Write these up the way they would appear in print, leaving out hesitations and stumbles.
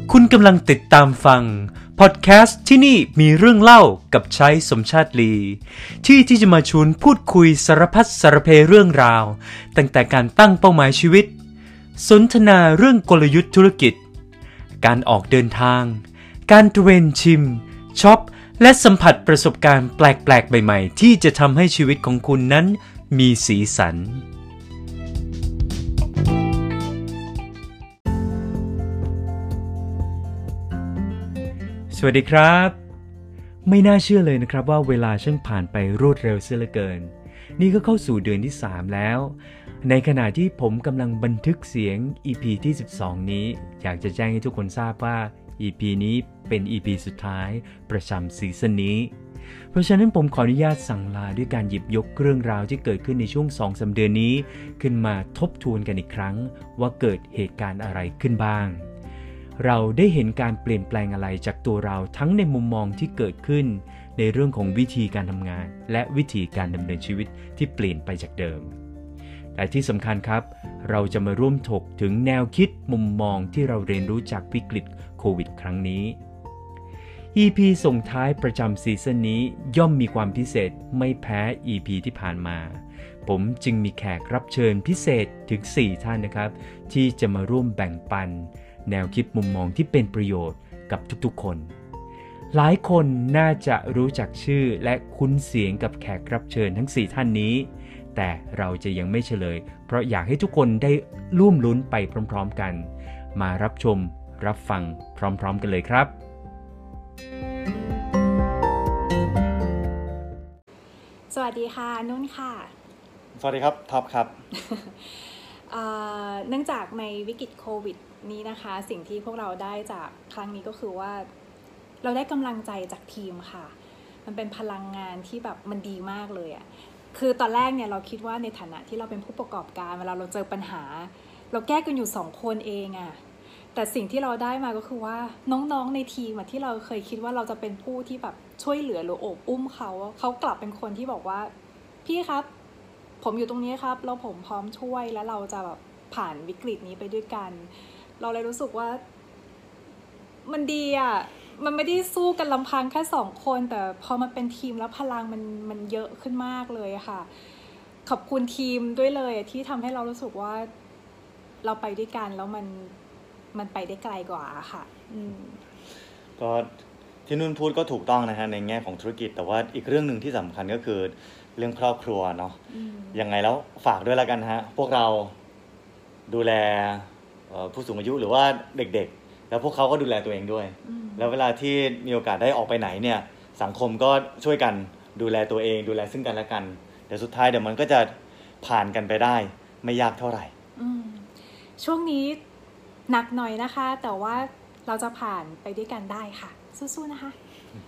คุณกำลังติดตามฟังพอดแคสต์ที่นี่มีเรื่องเล่ากับใช้สมชาติลีที่จะมาชวนพูดคุยสารพัดสารเพเรื่องราวตั้งแต่การตั้งเป้าหมายชีวิตสนทนาเรื่องกลยุทธ์ธุรกิจการออกเดินทางการตระเวนชิมช็อปและสัมผัสประสบการณ์แปลกๆใหม่ๆที่จะทำให้ชีวิตของคุณนั้นมีสีสันสวัสดีครับไม่น่าเชื่อเลยนะครับว่าเวลาช่างผ่านไปรวดเร็วเสียเหลือเกินนี่ก็เข้าสู่เดือนที่3แล้วในขณะที่ผมกำลังบันทึกเสียง EP ที่12นี้อยากจะแจ้งให้ทุกคนทราบว่า EP นี้เป็น EP สุดท้ายประจำซีซั่นนี้เพราะฉะนั้นผมขออนุญาตสั่งลาด้วยการหยิบยกเรื่องราวที่เกิดขึ้นในช่วง 2-3 เดือนนี้ขึ้นมาทบทวนกันอีกครั้งว่าเกิดเหตุการณ์อะไรขึ้นบ้างเราได้เห็นการเปลี่ยนแปลงอะไรจากตัวเราทั้งในมุมมองที่เกิดขึ้นในเรื่องของวิธีการทำงานและวิธีการดำเนินชีวิตที่เปลี่ยนไปจากเดิมแต่ที่สำคัญครับเราจะมาร่วมถกถึงแนวคิดมุมมองที่เราเรียนรู้จากวิกฤตโควิดครั้งนี้ EP ส่งท้ายประจำซีซั่นนี้ย่อมมีความพิเศษไม่แพ้ EP ที่ผ่านมาผมจึงมีแขกรับเชิญพิเศษถึง4ท่านนะครับที่จะมาร่วมแบ่งปันแนวคิดมุมมองที่เป็นประโยชน์กับทุกๆคนหลายคนน่าจะรู้จักชื่อและคุ้นเสียงกับแขกรับเชิญทั้ง4ท่านนี้แต่เราจะยังไม่เฉลยเพราะอยากให้ทุกคนได้ร่วมลุ้นไปพร้อมๆกันมารับชมรับฟังพร้อมๆกันเลยครับสวัสดีค่ะนุ่นค่ะสวัสดีครับท็อปครับเนื่องจากในวิกฤตโควิดนี้นะคะสิ่งที่พวกเราได้จากครั้งนี้ก็คือว่าเราได้กำลังใจจากทีมค่ะมันเป็นพลังงานที่แบบมันดีมากเลยอ่ะคือตอนแรกเนี่ยเราคิดว่าในฐานะที่เราเป็นผู้ประกอบการเวลาเราเจอปัญหาเราแก้กันอยู่2คนเองอ่ะแต่สิ่งที่เราได้มาก็คือว่าน้องๆในทีมที่เราเคยคิดว่าเราจะเป็นผู้ที่แบบช่วยเหลือหรือโอบอุ้มเขากลับเป็นคนที่บอกว่าพี่ครับผมอยู่ตรงนี้ครับแล้วผมพร้อมช่วยแล้วเราจะแบบผ่านวิกฤตนี้ไปด้วยกันเราเลยรู้สึกว่ามันดีอ่ะมันไม่ได้สู้กันลำพังแค่2คนแต่พอมันเป็นทีมแล้วพลังมันเยอะขึ้นมากเลยค่ะขอบคุณทีมด้วยเลยที่ทำให้เรารู้สึกว่าเราไปด้วยกันแล้วมันไปได้ไกลกว่าค่ะก็ที่นุ่นพูดก็ถูกต้องนะฮะในแง่ของธุรกิจแต่ว่าอีกเรื่องนึงที่สำคัญก็คือเรื่องครอบครัวเนาะยังไงแล้วฝากด้วยละกันฮะพวกเราดูแลผู้สูงอายุหรือว่าเด็กๆแล้วพวกเขาก็ดูแลตัวเองด้วยแล้วเวลาที่มีโอกาสได้ออกไปไหนเนี่ยสังคมก็ช่วยกันดูแลตัวเองดูแลซึ่งกันและกันเดี๋ยวสุดท้ายเดี๋ยวมันก็จะผ่านกันไปได้ไม่ยากเท่าไหร่ช่วงนี้หนักหน่อยนะคะแต่ว่าเราจะผ่านไปด้วยกันได้ค่ะสู้ๆนะคะ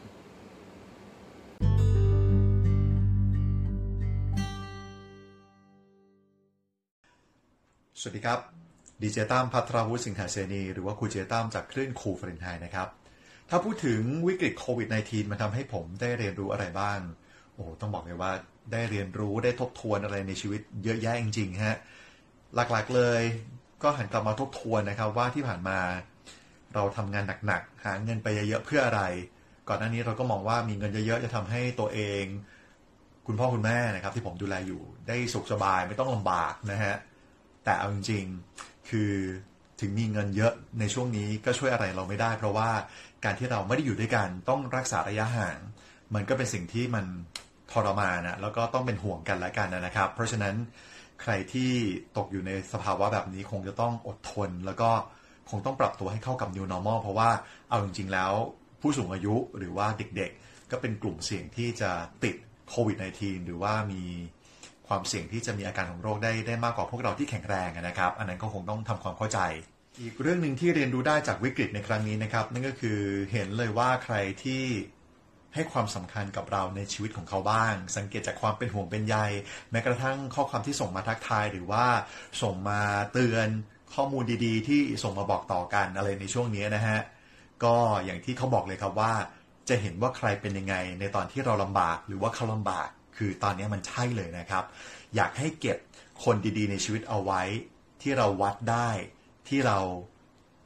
สวัสดีครับดีเจตั้มภัทรวุฒิสิงหเสนีหรือว่าครูเจตั้มจากคลื่นคูลฟรินไทยนะครับถ้าพูดถึงวิกฤตโควิด -19 มันทำให้ผมได้เรียนรู้อะไรบ้างโอ้ต้องบอกเลยว่าได้เรียนรู้ได้ทบทวนอะไรในชีวิตเยอะแยะจริงๆฮะหลักๆเลยก็หันกลับมาทบทวนนะครับว่าที่ผ่านมาเราทำงานหนักๆหาเงินไปเยอะๆเพื่ออะไรก่อนหน้านี้เราก็มองว่ามีเงินเยอะๆจะทำให้ตัวเองคุณพ่อคุณแม่นะครับที่ผมดูแลอยู่ได้สุขสบายไม่ต้องลำบากนะฮะแต่เอาจริงๆคือถึงมีเงินเยอะในช่วงนี้ก็ช่วยอะไรเราไม่ได้เพราะว่าการที่เราไม่ได้อยู่ด้วยกันต้องรักษาระยะห่างมันก็เป็นสิ่งที่มันทรมานนะแล้วก็ต้องเป็นห่วงกันและกันนะครับเพราะฉะนั้นใครที่ตกอยู่ในสภาวะแบบนี้คงจะต้องอดทนแล้วก็คงต้องปรับตัวให้เข้ากับ New Normal เพราะว่าเอาจริงๆแล้วผู้สูงอายุหรือว่าเด็กๆก็เป็นกลุ่มเสี่ยงที่จะติดโควิด -19 หรือว่ามีความเสี่ยงที่จะมีอาการของโรคได้มากกว่าพวกเราที่แข็งแรงนะครับอันนั้นก็คงต้องทำความเข้าใจอีกเรื่องนึงที่เรียนรู้ได้จากวิกฤตในครั้งนี้นะครับนั่นก็คือเห็นเลยว่าใครที่ให้ความสำคัญกับเราในชีวิตของเขาบ้างสังเกตจากความเป็นห่วงเป็นใยแม้กระทั่งข้อความที่ส่งมาทักทายหรือว่าส่งมาเตือนข้อมูลดีๆที่ส่งมาบอกต่อกันอะไรในช่วงนี้นะฮะก็อย่างที่เขาบอกเลยครับว่าจะเห็นว่าใครเป็นยังไงในตอนที่เราลำบากหรือว่าเขาลำบากคือตอนนี้มันใช่เลยนะครับอยากให้เก็บคนดีๆในชีวิตเอาไว้ที่เราวัดได้ที่เรา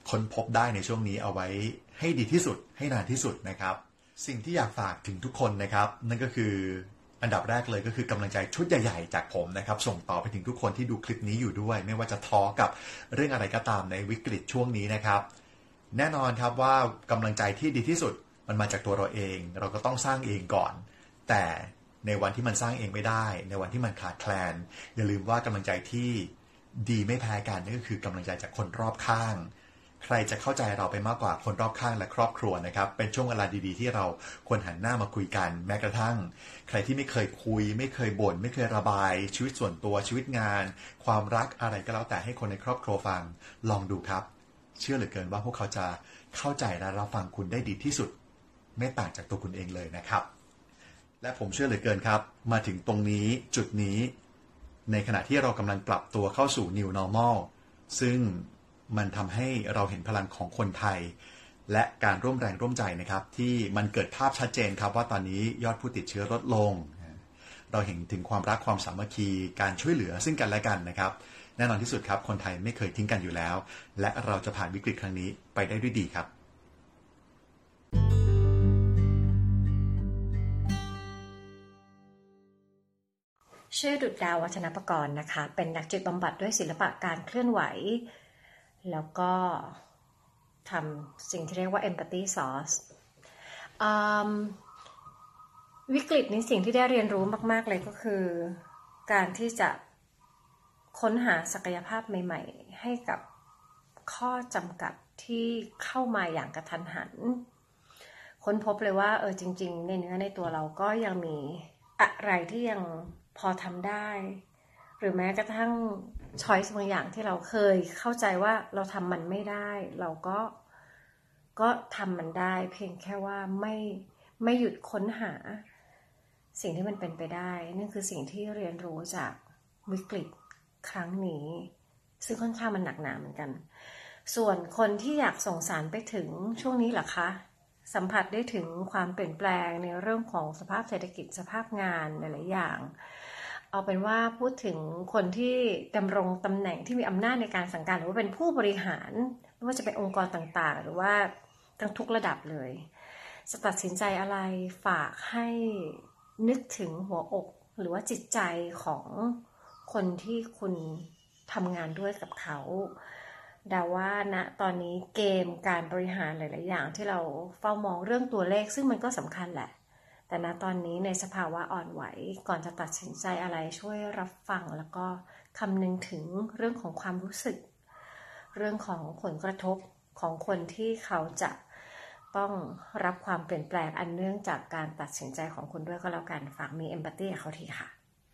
ค้นพบได้ในช่วงนี้เอาไว้ให้ดีที่สุดให้นานที่สุดนะครับสิ่งที่อยากฝากถึงทุกคนนะครับนั่นก็คืออันดับแรกเลยก็คือกำลังใจชุดใหญ่ๆจากผมนะครับส่งต่อไปถึงทุกคนที่ดูคลิปนี้อยู่ด้วยไม่ว่าจะท้อกับเรื่องอะไรก็ตามในวิกฤตช่วงนี้นะครับแน่นอนครับว่ากำลังใจที่ดีที่สุดมันมาจากตัวเราเองเราก็ต้องสร้างเองก่อนแต่ในวันที่มันสร้างเองไม่ได้ในวันที่มันขาดแคลนอย่าลืมว่ากำลังใจที่ดีไม่แพ้กันนั่นก็คือกำลังใจจากคนรอบข้างใครจะเข้าใจเราไปมากกว่าคนรอบข้างและครอบครัวนะครับเป็นช่วงเวลาดีๆที่เราควรหันหน้ามาคุยกันแม้กระทั่งใครที่ไม่เคยคุยไม่เคยบ่นไม่เคยระบายชีวิตส่วนตัวชีวิตงานความรักอะไรก็แล้วแต่ให้คนในครอบครัวฟังลองดูครับเชื่อเหลือเกินว่าพวกเขาจะเข้าใจและรับฟังคุณได้ดีที่สุดไม่ต่างจากตัวคุณเองเลยนะครับและผมเชื่อเหลือเกินครับมาถึงตรงนี้จุดนี้ในขณะที่เรากำลังปรับตัวเข้าสู่ New Normal ซึ่งมันทำให้เราเห็นพลังของคนไทยและการร่วมแรงร่วมใจนะครับที่มันเกิดภาพชัดเจนครับว่าตอนนี้ยอดผู้ติดเชื้อลดลงเราเห็นถึงความรักความสามัคคีการช่วยเหลือซึ่งกันและกันนะครับแน่นอนที่สุดครับคนไทยไม่เคยทิ้งกันอยู่แล้วและเราจะผ่านวิกฤตครั้งนี้ไปได้ด้วยดีครับชื่อดุจดาววัฒนประกรณ์นะคะเป็นนักจิตบำบัดด้วยศิลปะการเคลื่อนไหวแล้วก็ทำสิ่งที่เรียกว่า empathy sauce วิกฤตนี้สิ่งที่ได้เรียนรู้มากๆเลยก็คือการที่จะค้นหาศักยภาพใหม่ๆให้กับข้อจำกัดที่เข้ามาอย่างกระทันหันค้นพบเลยว่าจริงๆในเนื้อในตัวเราก็ยังมีอะไรที่ยังพอทำได้หรือแม้กระทั่งช้อยส์บางอย่างที่เราเคยเข้าใจว่าเราทำมันไม่ได้เราก็ทำมันได้เพียงแค่ว่าไม่หยุดค้นหาสิ่งที่มันเป็นไปได้นั่นคือสิ่งที่เรียนรู้จากวิกฤตครั้งนี้ซึ่งค่อนข้างมันหนักหนาเหมือนกันส่วนคนที่อยากส่งสารไปถึงช่วงนี้เหรอคะสัมผัสได้ถึงความเปลี่ยนแปลงในเรื่องของสภาพเศรษฐกิจสภาพงานหลายๆอย่างเอาเป็นว่าพูดถึงคนที่ดำรงตำแหน่งที่มีอำนาจในการสั่งการหรือว่าเป็นผู้บริหารไม่ว่าจะเป็นองค์กรต่างๆหรือว่าทั้งทุกระดับเลยจะตัดสินใจอะไรฝากให้นึกถึงหัวอกหรือว่าจิตใจของคนที่คุณทำงานด้วยกับเขาเดาว่าณตอนนี้เกมการบริหารหลายๆอย่างที่เราเฝ้ามองเรื่องตัวเลขซึ่งมันก็สำคัญแหละแต่ณตอนนี้ในสภาวะอ่อนไหวก่อนจะตัดสินใจอะไรช่วยรับฟังแล้วก็คำนึงถึงเรื่องของความรู้สึกเรื่องของผลกระทบของคนที่เขาจะต้องรับความเปลี่ยนแปลงอันเนื่องจากการตัดสินใจของคุณด้วยก็แล้วกันฝากมี empathy กับเขาทีค่ะ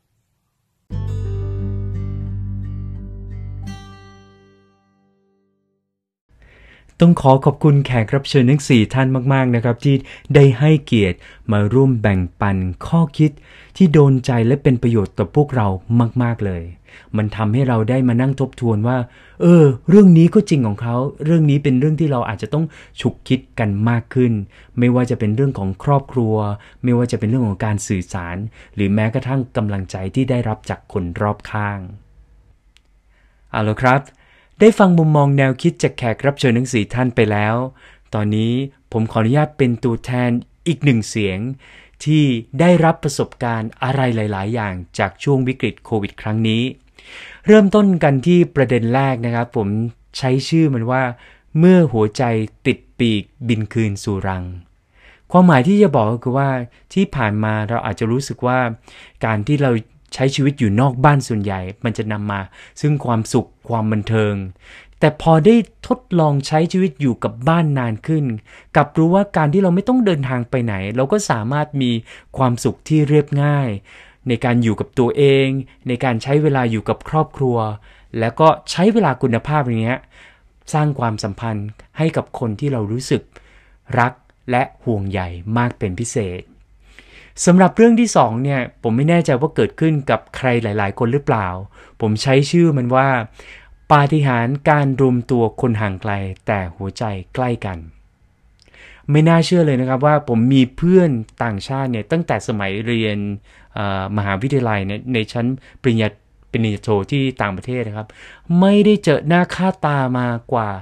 ต้องขอบคุณแขกรับเชิญทั้ง4ท่านมากๆนะครับที่ได้ให้เกียรติมาร่วมแบ่งปันข้อคิดที่โดนใจและเป็นประโยชน์ต่อพวกเรามากๆเลยมันทำให้เราได้มานั่งทบทวนว่าเรื่องนี้ก็จริงของเขาเรื่องนี้เป็นเรื่องที่เราอาจจะต้องฉุกคิดกันมากขึ้นไม่ว่าจะเป็นเรื่องของครอบครัวไม่ว่าจะเป็นเรื่องของการสื่อสารหรือแม้กระทั่งกำลังใจที่ได้รับจากคนรอบข้างเอาล่ะครับได้ฟังมุมมองแนวคิดจากแขกรับเชิญทั้ง4ท่านไปแล้วตอนนี้ผมขออนุญาตเป็นตัวแทนอีกหนึ่งเสียงที่ได้รับประสบการณ์อะไรหลายๆอย่างจากช่วงวิกฤตโควิดครั้งนี้เริ่มต้นกันที่ประเด็นแรกนะครับผมใช้ชื่อมันว่าเมื่อหัวใจติดปีกบินคืนสู่รังความหมายที่จะบอกก็คือว่าที่ผ่านมาเราอาจจะรู้สึกว่าการที่เราใช้ชีวิตอยู่นอกบ้านส่วนใหญ่มันจะนำมาซึ่งความสุขความบันเทิงแต่พอได้ทดลองใช้ชีวิตอยู่กับบ้านนานขึ้นกลับรู้ว่าการที่เราไม่ต้องเดินทางไปไหนเราก็สามารถมีความสุขที่เรียบง่ายในการอยู่กับตัวเองในการใช้เวลาอยู่กับครอบครัวแล้วก็ใช้เวลาคุณภาพอย่างเงี้ยสร้างความสัมพันธ์ให้กับคนที่เรารู้สึกรักและห่วงใยมากเป็นพิเศษสำหรับเรื่องที่2เนี่ยผมไม่แน่ใจว่าเกิดขึ้นกับใครหลายๆคนหรือเปล่าผมใช้ชื่อมันว่าปาฏิหาริย์การรวมตัวคนห่างไกลแต่หัวใจใกล้กันไม่น่าเชื่อเลยนะครับว่าผมมีเพื่อนต่างชาติเนี่ยตั้งแต่สมัยเรียนมหาวิทยาลัยในชั้นปริญญาโทที่ต่างประเทศนะครับไม่ได้เจอหน้าค่าตามากว่า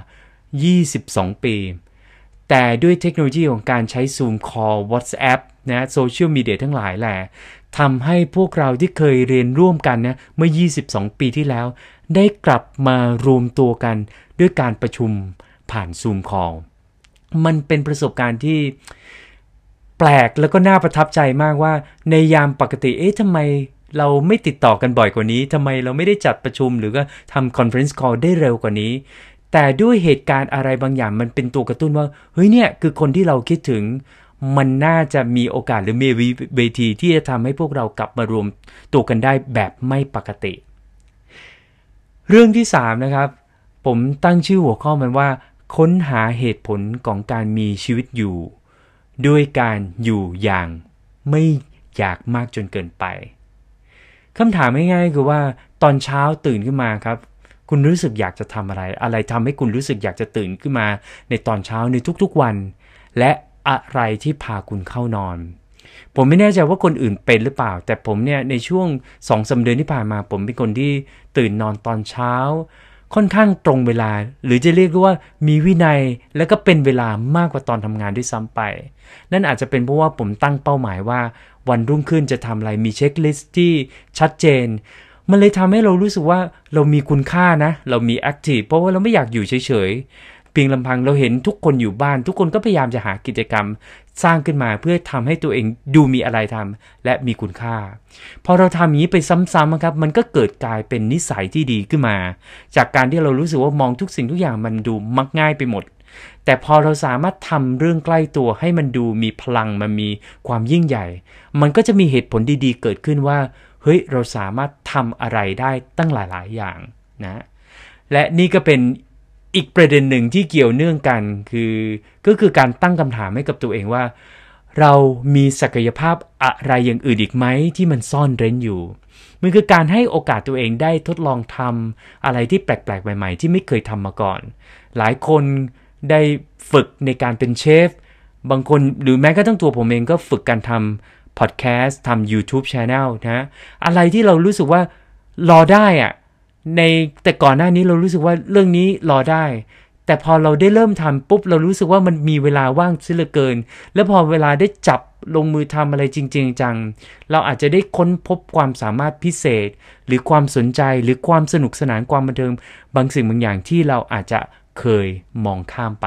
22 ปีแต่ด้วยเทคโนโลยีของการใช้ Zoom Call WhatsApp นะโซเชียลมีเดียทั้งหลายแหละทำให้พวกเราที่เคยเรียนร่วมกันนะเมื่อ22 ปีที่แล้วได้กลับมารวมตัวกันด้วยการประชุมผ่าน Zoom Call มันเป็นประสบการณ์ที่แปลกแล้วก็น่าประทับใจมากว่าในยามปกติทำไมเราไม่ติดต่อกันบ่อยกว่านี้ทำไมเราไม่ได้จัดประชุมหรือก็ทำ Conference Call ได้เร็วกว่านี้แต่ด้วยเหตุการณ์อะไรบางอย่างมันเป็นตัวกระตุ้นว่าเฮ้ยเนี่ยคือคนที่เราคิดถึงมันน่าจะมีโอกาสหรือมีเวทีที่จะทำให้พวกเรากลับมารวมตัวกันได้แบบไม่ปกติเรื่องที่3นะครับผมตั้งชื่อหัวข้อมันว่าค้นหาเหตุผลของการมีชีวิตอยู่ด้วยการอยู่อย่างไม่อยากมากจนเกินไปคำถามง่ายๆคือว่าตอนเช้าตื่นขึ้นมาครับคุณรู้สึกอยากจะทำอะไรทำให้คุณรู้สึกอยากจะตื่นขึ้นมาในตอนเช้าในทุกๆวันและอะไรที่พาคุณเข้านอนผมไม่แน่ใจว่าคนอื่นเป็นหรือเปล่าแต่ผมเนี่ยในช่วง 2-3 เดือนที่ผ่านมาผมเป็นคนที่ตื่นนอนตอนเช้าค่อนข้างตรงเวลาหรือจะเรียกว่ามีวินัยและก็เป็นเวลามากกว่าตอนทำงานด้วยซ้ำไปนั่นอาจจะเป็นเพราะว่าผมตั้งเป้าหมายว่าวันรุ่งขึ้นจะทำอะไรมีเช็คลิสต์ที่ชัดเจนมันเลยทำให้เรารู้สึกว่าเรามีคุณค่านะเรามีแอคทีฟเพราะว่าเราไม่อยากอยู่เฉยๆเพียงลำพังเราเห็นทุกคนอยู่บ้านทุกคนก็พยายามจะหากิจกรรมสร้างขึ้นมาเพื่อทำให้ตัวเองดูมีอะไรทำและมีคุณค่าพอเราทำอย่างนี้ไปซ้ำๆครับมันก็เกิดกลายเป็นนิสัยที่ดีขึ้นมาจากการที่เรารู้สึกว่ามองทุกสิ่งทุกอย่างมันดูมักง่ายไปหมดแต่พอเราสามารถทำเรื่องใกล้ตัวให้มันดูมีพลังมันมีความยิ่งใหญ่มันก็จะมีเหตุผลดีๆเกิดขึ้นว่าเฮ้ยเราสามารถทำอะไรได้ตั้งหลายๆอย่างนะและนี่ก็เป็นอีกประเด็นหนึ่งที่เกี่ยวเนื่องกันก็คือการตั้งคำถามให้กับตัวเองว่าเรามีศักยภาพอะไรอย่างอื่นอีกไหมที่มันซ่อนเร้นอยู่มันคือการให้โอกาสตัวเองได้ทดลองทำอะไรที่แปลกๆใหม่ๆที่ไม่เคยทำมาก่อนหลายคนได้ฝึกในการเป็นเชฟบางคนหรือแม้กระทั่งตัวผมเองก็ฝึกการทำพอดแคสต์ทำ YouTube Channel นะอะไรที่เรารู้สึกว่ารอได้อะแต่ก่อนหน้านี้เรารู้สึกว่าเรื่องนี้รอได้แต่พอเราได้เริ่มทำปุ๊บเรารู้สึกว่ามันมีเวลาว่างเสียเหลือเกินแล้วพอเวลาได้จับลงมือทำอะไรจริงๆจังเราอาจจะได้ค้นพบความสามารถพิเศษหรือความสนใจหรือความสนุกสนานความบันเทิงบางสิ่งบางอย่างที่เราอาจจะเคยมองข้ามไป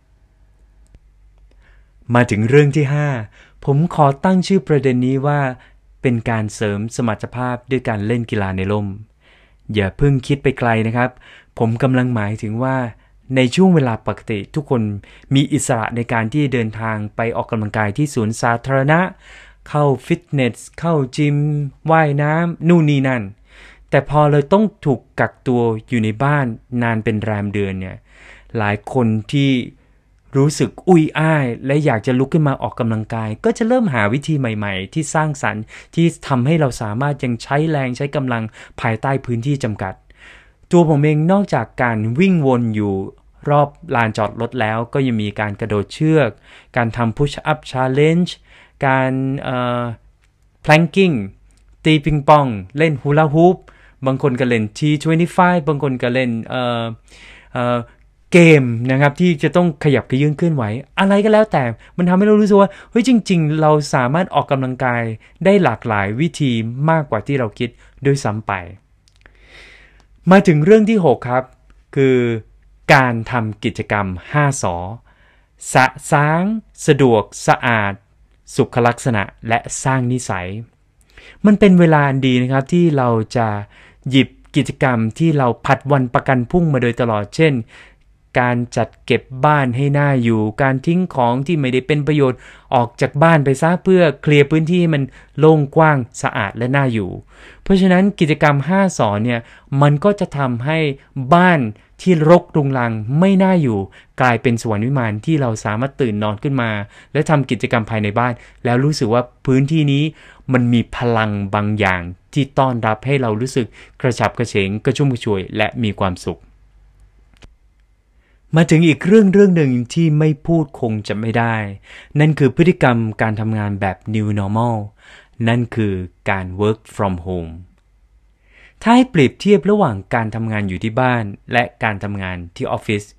มาถึงเรื่องที่5ผมขอตั้งชื่อประเด็นนี้ว่าเป็นการเสริมสมรรถภาพด้วยการเล่นกีฬาในร่มอย่าเพิ่งคิดไปไกลนะครับผมกำลังหมายถึงว่าในช่วงเวลาปกติทุกคนมีอิสระในการที่เดินทางไปออกกำลังกายที่สวนสาธารณะเข้าฟิตเนสเข้าจิมว่ายน้ำนู่นนี่นั่นแต่พอเราต้องถูกกักตัวอยู่ในบ้านนานเป็นแรมเดือนเนี่ยหลายคนที่รู้สึกอุ้ยอ้ายและอยากจะลุกขึ้นมาออกกำลังกายก็จะเริ่มหาวิธีใหม่ๆที่สร้างสรรค์ที่ทำให้เราสามารถยังใช้แรงใช้กำลังภายใต้พื้นที่จำกัดตัวผมเองนอกจากการวิ่งวนอยู่รอบลานจอดรถแล้วก็ยังมีการกระโดดเชือกการทำ push up challenge การplanking ตีปิงปองเล่นฮูลาฮูปบางคนก็เล่น T25 บางคนก็เล่นเกมนะครับที่จะต้องขยับขยื่นเคลื่อนไหวอะไรก็แล้วแต่มันทำให้เรารู้สึกว่าเฮ้ยจริงๆเราสามารถออกกำลังกายได้หลากหลายวิธีมากกว่าที่เราคิดด้วยซ้ำไปมาถึงเรื่องที่6ครับคือการทำกิจกรรม5สสะสางสะดวกสะอาดสุขลักษณะและสร้างนิสัยมันเป็นเวลาอันดีนะครับที่เราจะหยิบกิจกรรมที่เราผัดวันประกันพรุ่งมาโดยตลอดเช่นการจัดเก็บบ้านให้น่าอยู่การทิ้งของที่ไม่ได้เป็นประโยชน์ออกจากบ้านไปซะเพื่อเคลียร์พื้นที่ให้มันโล่งกว้างสะอาดและน่าอยู่เพราะฉะนั้นกิจกรรม5สอนเนี่ยมันก็จะทำให้บ้านที่รกรุงรังไม่น่าอยู่กลายเป็นสวรรค์วิมานที่เราสามารถตื่นนอนขึ้นมาและทำกิจกรรมภายในบ้านแล้วรู้สึกว่าพื้นที่นี้มันมีพลังบางอย่างที่ต้อนรับให้เรารู้สึกกระฉับกระเฉงกระชุ่มกระชวยและมีความสุขมาถึงอีกเรื่องหนึ่งที่ไม่พูดคงจะไม่ได้นั่นคือพฤติกรรมการทำงานแบบ New Normal นั่นคือการ Work from Home ถ้าให้เปรียบเทียบระหว่างการทำงานอยู่ที่บ้านและการทำงานที่ออฟฟิศ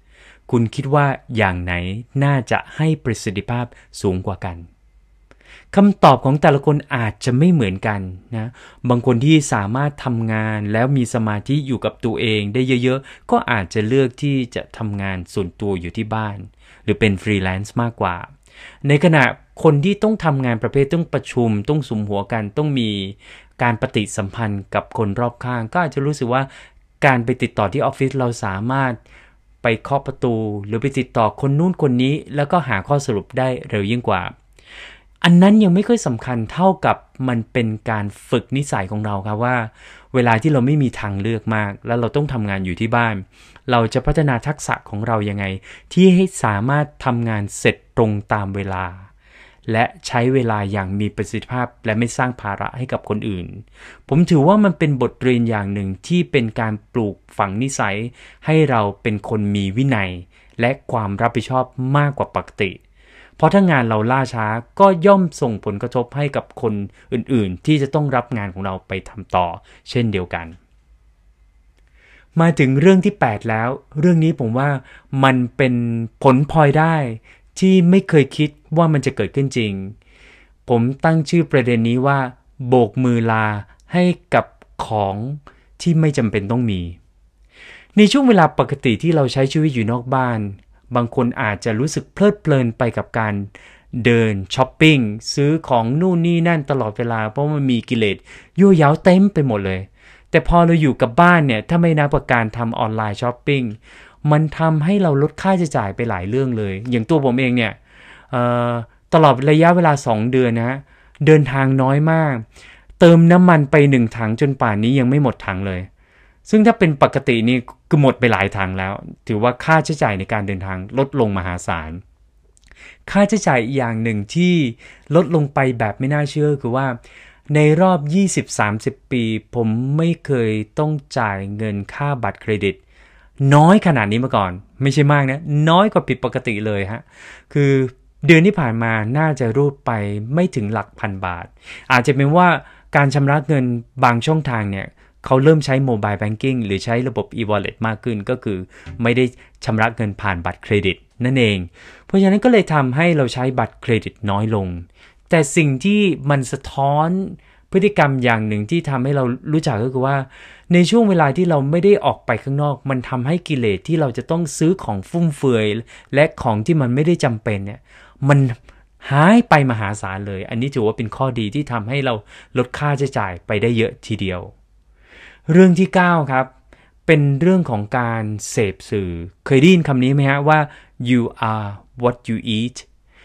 คุณคิดว่าอย่างไหนน่าจะให้ประสิทธิภาพสูงกว่ากันคำตอบของแต่ละคนอาจจะไม่เหมือนกันนะบางคนที่สามารถทำงานแล้วมีสมาธิอยู่กับตัวเองได้เยอะๆก็อาจจะเลือกที่จะทำงานส่วนตัวอยู่ที่บ้านหรือเป็นฟรีแลนซ์มากกว่าในขณะคนที่ต้องทำงานประเภทต้องประชุมต้องสุมหัวกันต้องมีการปฏิสัมพันธ์กับคนรอบข้างก็อาจจะรู้สึกว่าการไปติดต่อที่ออฟฟิศเราสามารถไปเคาะประตูหรือไปติดต่อคนนู้นคนนี้แล้วก็หาข้อสรุปได้เร็วยิ่งกว่าอันนั้นยังไม่ค่อยสำคัญเท่ากับมันเป็นการฝึกนิสัยของเราครับว่าเวลาที่เราไม่มีทางเลือกมากแล้วเราต้องทำงานอยู่ที่บ้านเราจะพัฒนาทักษะของเรายังไงที่ให้สามารถทำงานเสร็จตรงตามเวลาและใช้เวลาอย่างมีประสิทธิภาพและไม่สร้างภาระให้กับคนอื่นผมถือว่ามันเป็นบทเรียนอย่างหนึ่งที่เป็นการปลูกฝังนิสัยให้เราเป็นคนมีวินัยและความรับผิดชอบมากกว่าปกติเพราะถ้างานเราล่าช้าก็ย่อมส่งผลกระทบให้กับคนอื่นๆที่จะต้องรับงานของเราไปทำต่อเช่นเดียวกันมาถึงเรื่องที่8แล้วเรื่องนี้ผมว่ามันเป็นผลพลอยได้ที่ไม่เคยคิดว่ามันจะเกิดขึ้นจริงผมตั้งชื่อประเด็นนี้ว่าโบกมือลาให้กับของที่ไม่จำเป็นต้องมีในช่วงเวลาปกติที่เราใช้ชีวิตอยู่นอกบ้านบางคนอาจจะรู้สึกเพลิดเพลินไปกับการเดินช้อปปิ้งซื้อของนู่นนี่นั่นตลอดเวลาเพราะมันมีกิเลสยั่วเย้าเต็มไปหมดเลยแต่พอเราอยู่กับบ้านเนี่ยถ้าไม่นับกับการทำออนไลน์ช้อปปิ้งมันทำให้เราลดค่าใช้จ่ายไปหลายเรื่องเลยอย่างตัวผมเองเนี่ยตลอดระยะเวลา2เดือนนะเดินทางน้อยมากเติมน้ำมันไป1ถังจนป่านนี้ยังไม่หมดถังเลยซึ่งถ้าเป็นปกตินี่ก็หมดไปหลายถังแล้วถือว่าค่าใช้จ่ายในการเดินทางลดลงมหาศาลค่าใช้จ่ายอีกอย่างหนึ่งที่ลดลงไปแบบไม่น่าเชื่อคือว่าในรอบ 20-30 ปีผมไม่เคยต้องจ่ายเงินค่าบัตรเครดิตน้อยขนาดนี้มาก่อนไม่ใช่มากนะน้อยกว่าผิดปกติเลยฮะคือเดือนที่ผ่านมาน่าจะรูดไปไม่ถึงหลักพันบาทอาจจะเป็นว่าการชำระเงินบางช่องทางเนี่ยเขาเริ่มใช้โมบายแบงกิ้งหรือใช้ระบบ e-wallet มากขึ้นก็คือไม่ได้ชำระเงินผ่านบัตรเครดิตนั่นเองเพราะฉะนั้นก็เลยทำให้เราใช้บัตรเครดิตน้อยลงแต่สิ่งที่มันสะท้อนพฤติกรรมอย่างหนึ่งที่ทำให้เรารู้จักก็คือว่าในช่วงเวลาที่เราไม่ได้ออกไปข้างนอกมันทำให้กิเลสที่เราจะต้องซื้อของฟุ่มเฟือยและของที่มันไม่ได้จำเป็นเนี่ยมันหายไปมหาศาลเลยอันนี้ถือว่าเป็นข้อดีที่ทำให้เราลดค่าใช้จ่ายไปได้เยอะทีเดียวเรื่องที่9ครับเป็นเรื่องของการเสพสื่อเคยได้ยินคำนี้ไหมฮะว่า you are what you eat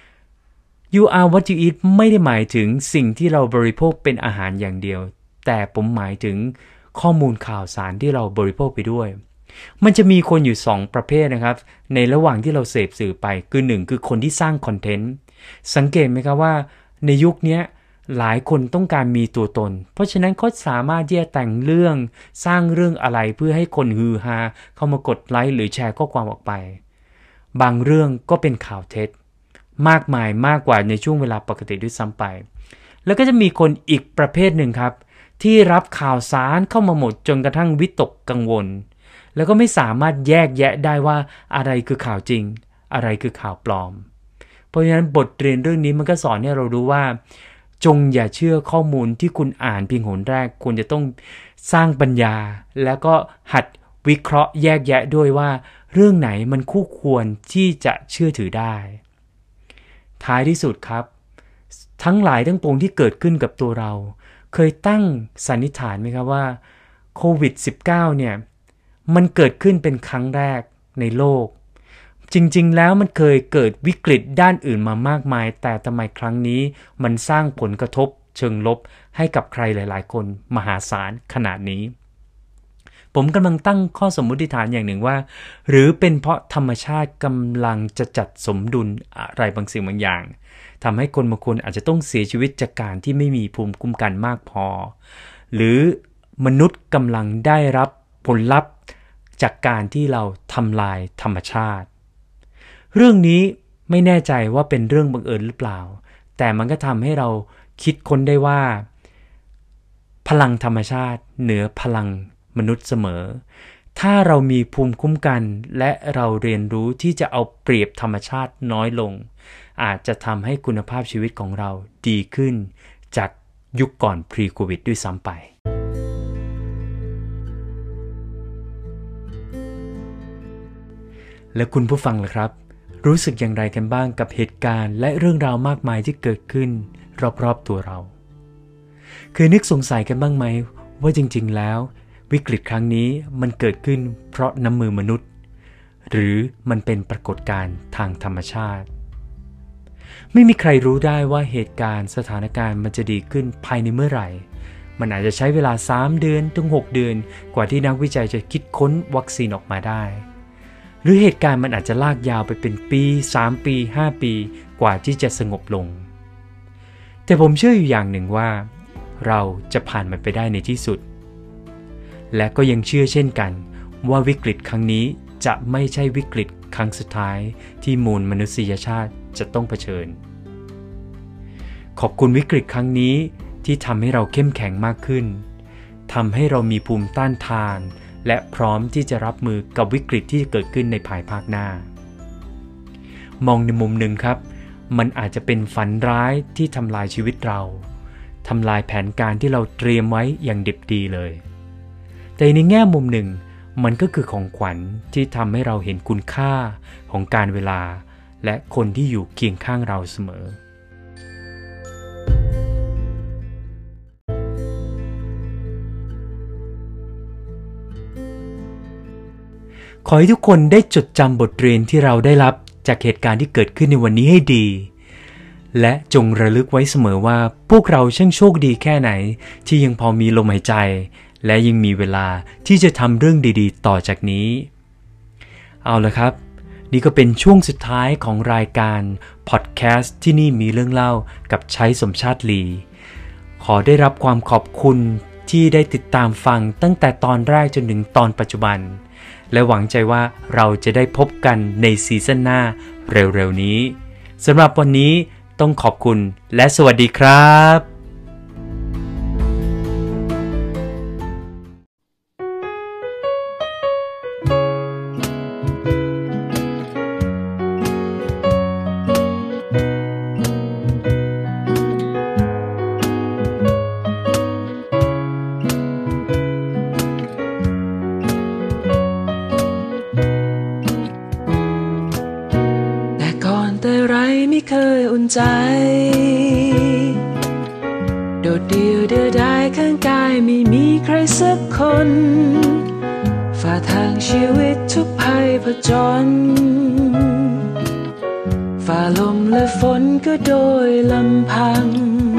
you are what you eat ไม่ได้หมายถึงสิ่งที่เราบริโภคเป็นอาหารอย่างเดียวแต่ผมหมายถึงข้อมูลข่าวสารที่เราบริโภคไปด้วยมันจะมีคนอยู่2ประเภทนะครับในระหว่างที่เราเสพสื่อไปคือ1คือคนที่สร้างคอนเทนต์สังเกตไหมครับว่าในยุคนี้หลายคนต้องการมีตัวตนเพราะฉะนั้นเขาสามารถที่จะแต่งเรื่องสร้างเรื่องอะไรเพื่อให้คนฮือฮาเข้ามากดไลค์หรือแชร์ข้อความออกไปบางเรื่องก็เป็นข่าวเท็จมากมายมากกว่าในช่วงเวลาปกติด้วยซ้ำไปแล้วก็จะมีคนอีกประเภทหนึ่งครับที่รับข่าวสารเข้ามาหมดจนกระทั่งวิตกกังวลแล้วก็ไม่สามารถแยกแยะได้ว่าอะไรคือข่าวจริงอะไรคือข่าวปลอมเพราะฉะนั้นบทเรียนเรื่องนี้มันก็สอนให้เรารู้ว่าจงอย่าเชื่อข้อมูลที่คุณอ่านเพียงหนแรกควรจะต้องสร้างปัญญาแล้วก็หัดวิเคราะห์แยกแยะด้วยว่าเรื่องไหนมันคู่ควรที่จะเชื่อถือได้ท้ายที่สุดครับทั้งหลายทั้งปวงที่เกิดขึ้นกับตัวเราเคยตั้งสันนิษฐานไหมครับว่าโควิด -19 เนี่ยมันเกิดขึ้นเป็นครั้งแรกในโลกจริงๆแล้วมันเคยเกิดวิกฤตด้านอื่นมามากมายแต่ทำไมครั้งนี้มันสร้างผลกระทบเชิงลบให้กับใครหลายๆคนมหาศาลขนาดนี้ผมกำลังตั้งข้อสมมุติฐานอย่างหนึ่งว่าหรือเป็นเพราะธรรมชาติกำลังจะจัดสมดุลอะไรบางสิ่งบางอย่างทำให้คนบางคนอาจจะต้องเสียชีวิตจากการที่ไม่มีภูมิคุ้มกันมากพอหรือมนุษย์กำลังได้รับผลลัพธ์จากการที่เราทำลายธรรมชาติเรื่องนี้ไม่แน่ใจว่าเป็นเรื่องบังเอิญหรือเปล่าแต่มันก็ทำให้เราคิดค้นได้ว่าพลังธรรมชาติเหนือพลังมนุษย์เสมอถ้าเรามีภูมิคุ้มกันและเราเรียนรู้ที่จะเอาเปรียบธรรมชาติน้อยลงอาจจะทำให้คุณภาพชีวิตของเราดีขึ้นจากยุคก่อนพรีโควิดด้วยซ้ำไปและคุณผู้ฟังล่ะครับรู้สึกอย่างไรกันบ้างกับเหตุการณ์และเรื่องราวมากมายที่เกิดขึ้นรอบๆตัวเราเคยนึกสงสัยกันบ้างไหมว่าจริงๆแล้ววิกฤตครั้งนี้มันเกิดขึ้นเพราะน้ำมือมนุษย์หรือมันเป็นปรากฏการณ์ทางธรรมชาติไม่มีใครรู้ได้ว่าเหตุการณ์สถานการณ์มันจะดีขึ้นภายในเมื่อไหร่มันอาจจะใช้เวลา3 เดือนถึง 6 เดือนกว่าที่นักวิจัยจะคิดค้นวัคซีนออกมาได้หรือเหตุการณ์มันอาจจะลากยาวไปเป็นปี3 ปี5 ปีกว่าที่จะสงบลงแต่ผมเชื่ออยู่อย่างหนึ่งว่าเราจะผ่านมันไปได้ในที่สุดและก็ยังเชื่อเช่นกันว่าวิกฤตครั้งนี้จะไม่ใช่วิกฤตครั้งสุดท้ายที่มวลมนุษยชาติจะต้องเผชิญขอบคุณวิกฤตครั้งนี้ที่ทำให้เราเข้มแข็งมากขึ้นทำให้เรามีภูมิต้านทานและพร้อมที่จะรับมือกับวิกฤตที่จะเกิดขึ้นในภายภาคหน้ามองในมุมหนึ่งครับมันอาจจะเป็นฝันร้ายที่ทำลายชีวิตเราทำลายแผนการที่เราเตรียมไว้อย่างดิบดีเลยแต่ในแง่มุมหนึ่งมันก็คือของขวัญที่ทำให้เราเห็นคุณค่าของการเวลาและคนที่อยู่เคียงข้างเราเสมอขอให้ทุกคนได้จดจำบทเรียนที่เราได้รับจากเหตุการณ์ที่เกิดขึ้นในวันนี้ให้ดีและจงระลึกไว้เสมอว่าพวกเราช่างโชคดีแค่ไหนที่ยังพอมีลมหายใจและยังมีเวลาที่จะทำเรื่องดีๆต่อจากนี้เอาละครับนี่ก็เป็นช่วงสุดท้ายของรายการพอดแคสต์ที่นี่มีเรื่องเล่ากับชัยสมชาติลีขอได้รับความขอบคุณที่ได้ติดตามฟังตั้งแต่ตอนแรกจนถึงตอนปัจจุบันและหวังใจว่าเราจะได้พบกันในซีซั่นหน้าเร็วๆนี้สำหรับวันนี้ต้องขอบคุณและสวัสดีครับไม่เคยอุ่นใจโดดเดี่ยวเดียวดายข้างกายไม่มีใครสักคนฝ่าทางชีวิตทุกภัยผจญฝ่าลมและฝนก็โดยลำพัง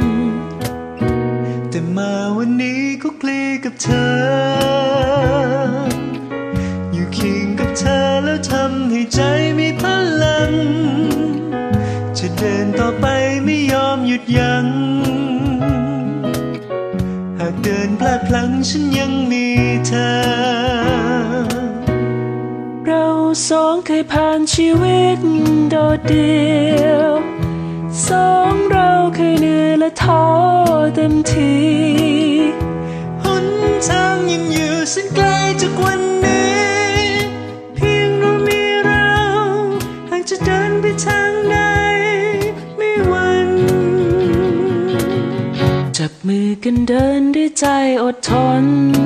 แต่มาวันนี้ก็คลีกับเธออยู่เคียงกับเธอแล้วทำให้ใจมีพลังจะเดินต่อไปไม่ยอมหยุดยั้งหากเดินพลาดพลั้งฉันยังมีเธอเราสองเคยผ่านชีวิตโดดเดี่ยวสองเราเคยเหนื่อยและท้อเต็มทีหนทางยังอยู่แสนไกลจากวันนี้เพียงเรามีเราหากจะเดินไปทางใดจับมือกันเดินด้วยใจอดทน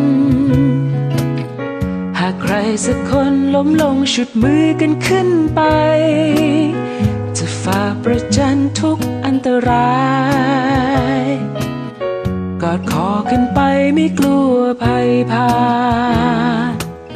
หากใครสักคนล้มลงฉุดมือกันขึ้นไปจะฝ่าประจันทุกอันตรายกอดคอกันไปไม่กลัวภัยพาน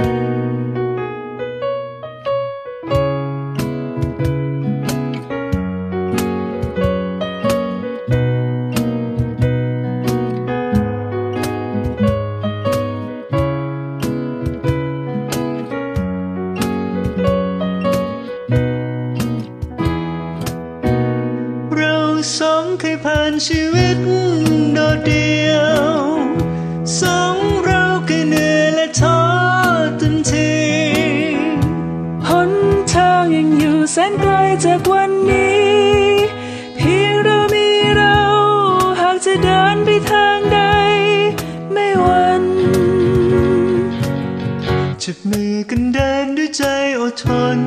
เคยผ่านชีวิตโดดเดี่ยวสองเราเคยเหนื่อยและท้อเต็มทีหนทางยังอยู่แสนไกลจากวันนี้เพียงเรามีเราหากจะเดินไปทางใดไม่หวั่นจับกันเดินด้วยใจอดทน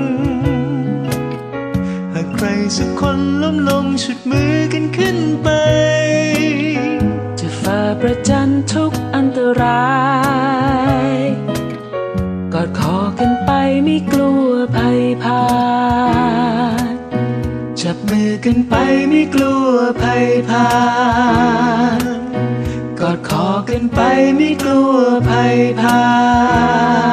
หากใครสักคนล้มลงฉุดมือกันขึ้นไปจะฝ่าประจันทุกอันตรายกอดคอกันไปไม่กลัวภัยพานจับมือกันไปไม่กลัวภัยพานกอดคอกันไปไม่กลัวภัยพาน